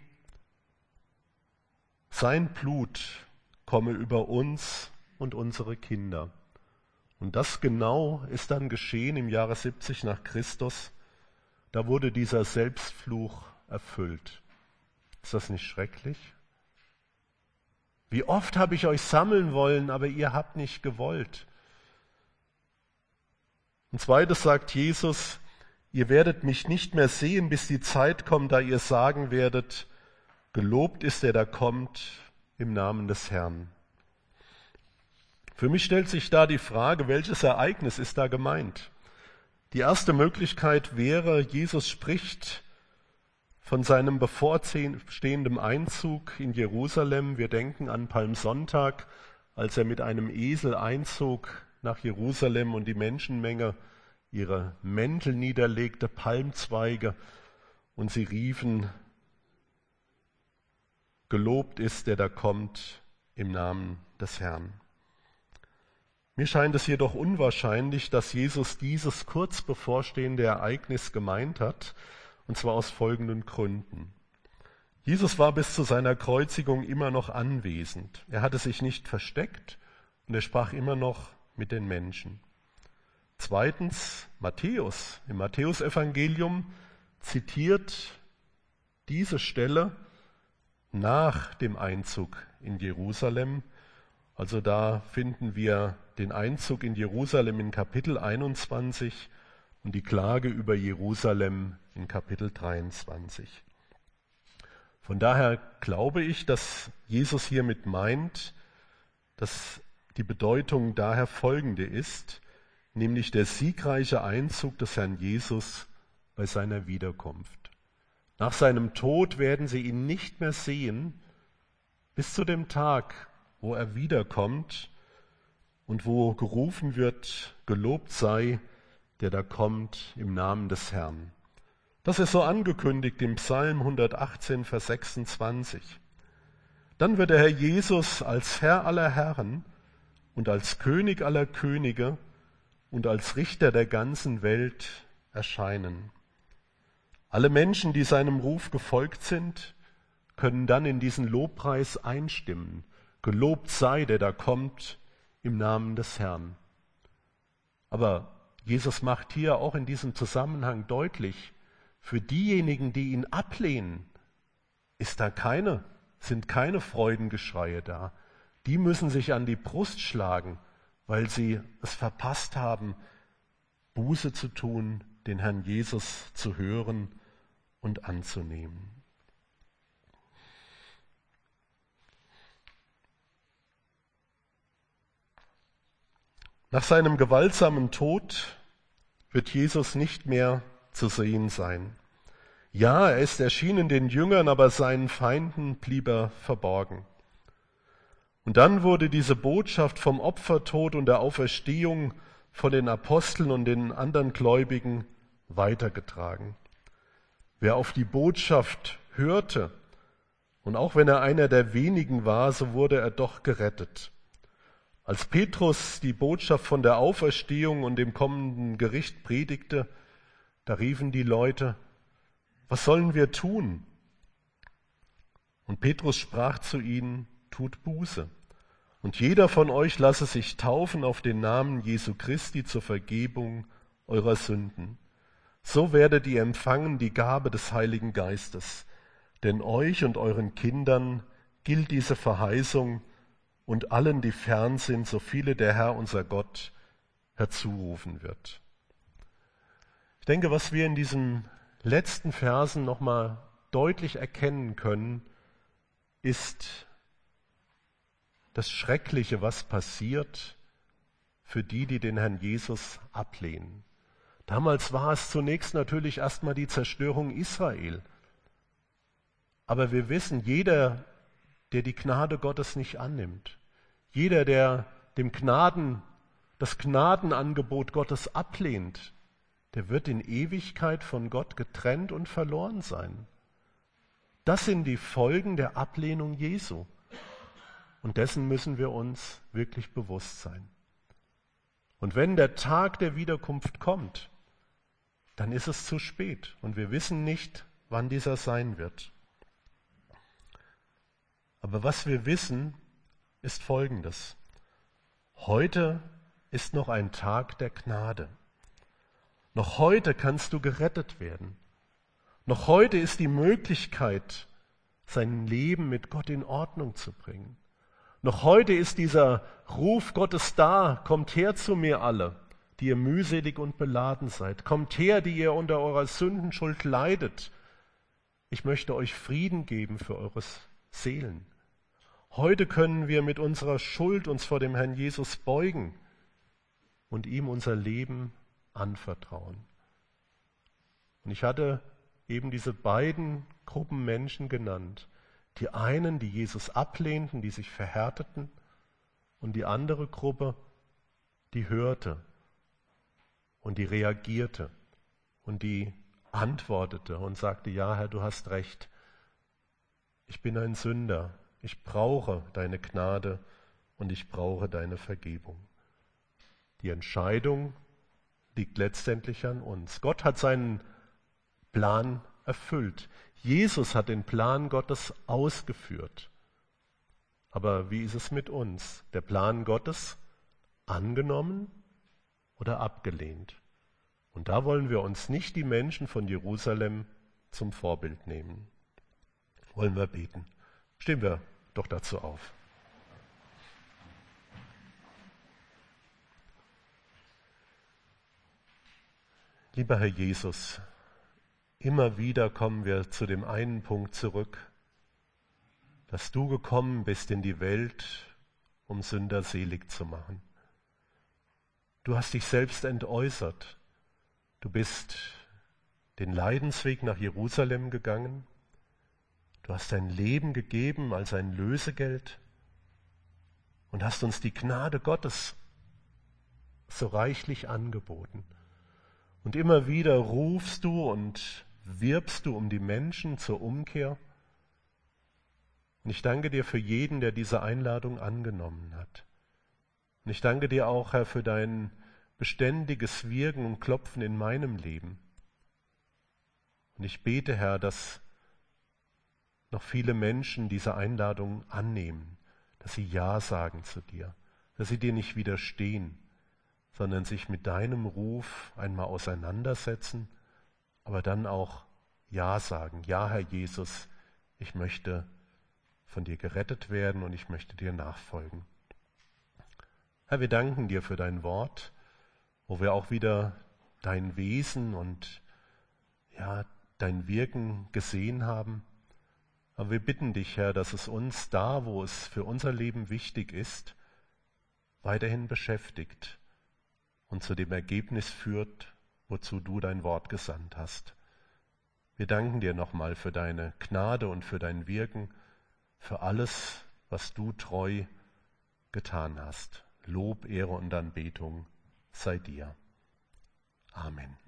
sein Blut komme über uns und unsere Kinder. Und das genau ist dann geschehen im Jahre 70 nach Christus. Da wurde dieser Selbstfluch erfüllt. Ist das nicht schrecklich? Wie oft habe ich euch sammeln wollen, aber ihr habt nicht gewollt. Und zweites sagt Jesus, ihr werdet mich nicht mehr sehen, bis die Zeit kommt, da ihr sagen werdet, gelobt ist der da kommt im Namen des Herrn. Für mich stellt sich da die Frage, welches Ereignis ist da gemeint? Die erste Möglichkeit wäre, Jesus spricht von seinem bevorstehenden Einzug in Jerusalem. Wir denken an Palmsonntag, als er mit einem Esel einzog nach Jerusalem und die Menschenmenge ihre Mäntel niederlegte, Palmzweige, und sie riefen, gelobt ist der da kommt im Namen des Herrn. Mir scheint es jedoch unwahrscheinlich, dass Jesus dieses kurz bevorstehende Ereignis gemeint hat, und zwar aus folgenden Gründen. Jesus war bis zu seiner Kreuzigung immer noch anwesend. Er hatte sich nicht versteckt und er sprach immer noch mit den Menschen. Zweitens, Matthäus im Matthäusevangelium zitiert diese Stelle nach dem Einzug in Jerusalem. Also da finden wir den Einzug in Jerusalem in Kapitel 21 und die Klage über Jerusalem in Kapitel 23. Von daher glaube ich, dass Jesus hiermit meint, dass die Bedeutung daher folgende ist, nämlich der siegreiche Einzug des Herrn Jesus bei seiner Wiederkunft. Nach seinem Tod werden sie ihn nicht mehr sehen, bis zu dem Tag, wo er wiederkommt und wo gerufen wird, gelobt sei, der da kommt im Namen des Herrn. Das ist so angekündigt im Psalm 118, Vers 26. Dann wird der Herr Jesus als Herr aller Herren und als König aller Könige und als Richter der ganzen Welt erscheinen. Alle Menschen, die seinem Ruf gefolgt sind, können dann in diesen Lobpreis einstimmen. Gelobt sei, der da kommt im Namen des Herrn. Aber Jesus macht hier auch in diesem Zusammenhang deutlich, für diejenigen, die ihn ablehnen, sind keine Freudengeschreie da. Die müssen sich an die Brust schlagen, weil sie es verpasst haben, Buße zu tun, den Herrn Jesus zu hören und anzunehmen. Nach seinem gewaltsamen Tod wird Jesus nicht mehr zu sehen sein. Ja, er ist erschienen den Jüngern, aber seinen Feinden blieb er verborgen. Und dann wurde diese Botschaft vom Opfertod und der Auferstehung von den Aposteln und den anderen Gläubigen weitergetragen. Wer auf die Botschaft hörte, und auch wenn er einer der wenigen war, so wurde er doch gerettet. Als Petrus die Botschaft von der Auferstehung und dem kommenden Gericht predigte, da riefen die Leute, was sollen wir tun? Und Petrus sprach zu ihnen, tut Buße. Und jeder von euch lasse sich taufen auf den Namen Jesu Christi zur Vergebung eurer Sünden. So werdet ihr empfangen die Gabe des Heiligen Geistes. Denn euch und euren Kindern gilt diese Verheißung und allen, die fern sind, so viele der Herr, unser Gott, herzurufen wird. Ich denke, was wir in diesen letzten Versen nochmal deutlich erkennen können, ist das Schreckliche, was passiert für die, die den Herrn Jesus ablehnen. Damals war es zunächst natürlich erstmal die Zerstörung Israel. Aber wir wissen, jeder, der die Gnade Gottes nicht annimmt, jeder, der das Gnadenangebot Gottes ablehnt, der wird in Ewigkeit von Gott getrennt und verloren sein. Das sind die Folgen der Ablehnung Jesu. Und dessen müssen wir uns wirklich bewusst sein. Und wenn der Tag der Wiederkunft kommt, dann ist es zu spät und wir wissen nicht, wann dieser sein wird. Aber was wir wissen, ist Folgendes. Heute ist noch ein Tag der Gnade. Noch heute kannst du gerettet werden. Noch heute ist die Möglichkeit, sein Leben mit Gott in Ordnung zu bringen. Noch heute ist dieser Ruf Gottes da, kommt her zu mir alle, die ihr mühselig und beladen seid. Kommt her, die ihr unter eurer Sündenschuld leidet. Ich möchte euch Frieden geben für eure Seelen. Heute können wir mit unserer Schuld uns vor dem Herrn Jesus beugen und ihm unser Leben anvertrauen. Und ich hatte eben diese beiden Gruppen Menschen genannt. Die einen, die Jesus ablehnten, die sich verhärteten, und die andere Gruppe, die hörte und die reagierte und die antwortete und sagte, ja Herr, du hast recht, ich bin ein Sünder, ich brauche deine Gnade und ich brauche deine Vergebung. Die Entscheidung liegt letztendlich an uns. Gott hat seinen Plan erfüllt. Jesus hat den Plan Gottes ausgeführt. Aber wie ist es mit uns? Der Plan Gottes angenommen oder abgelehnt? Und da wollen wir uns nicht die Menschen von Jerusalem zum Vorbild nehmen. Wollen wir beten? Stehen wir doch dazu auf. Lieber Herr Jesus, immer wieder kommen wir zu dem einen Punkt zurück, dass du gekommen bist in die Welt, um Sünder selig zu machen. Du hast dich selbst entäußert. Du bist den Leidensweg nach Jerusalem gegangen. Du hast dein Leben gegeben als ein Lösegeld und hast uns die Gnade Gottes so reichlich angeboten. Und immer wieder rufst du und wirbst du um die Menschen zur Umkehr. Und ich danke dir für jeden, der diese Einladung angenommen hat. Und ich danke dir auch, Herr, für dein beständiges Wirken und Klopfen in meinem Leben. Und ich bete, Herr, dass noch viele Menschen diese Einladung annehmen, dass sie Ja sagen zu dir, dass sie dir nicht widerstehen, sondern sich mit deinem Ruf einmal auseinandersetzen, aber dann auch Ja sagen. Ja, Herr Jesus, ich möchte von dir gerettet werden und ich möchte dir nachfolgen. Herr, wir danken dir für dein Wort, wo wir auch wieder dein Wesen und ja, dein Wirken gesehen haben. Aber wir bitten dich, Herr, dass es uns da, wo es für unser Leben wichtig ist, weiterhin beschäftigt und zu dem Ergebnis führt, wozu du dein Wort gesandt hast. Wir danken dir nochmal für deine Gnade und für dein Wirken, für alles, was du treu getan hast. Lob, Ehre und Anbetung sei dir. Amen.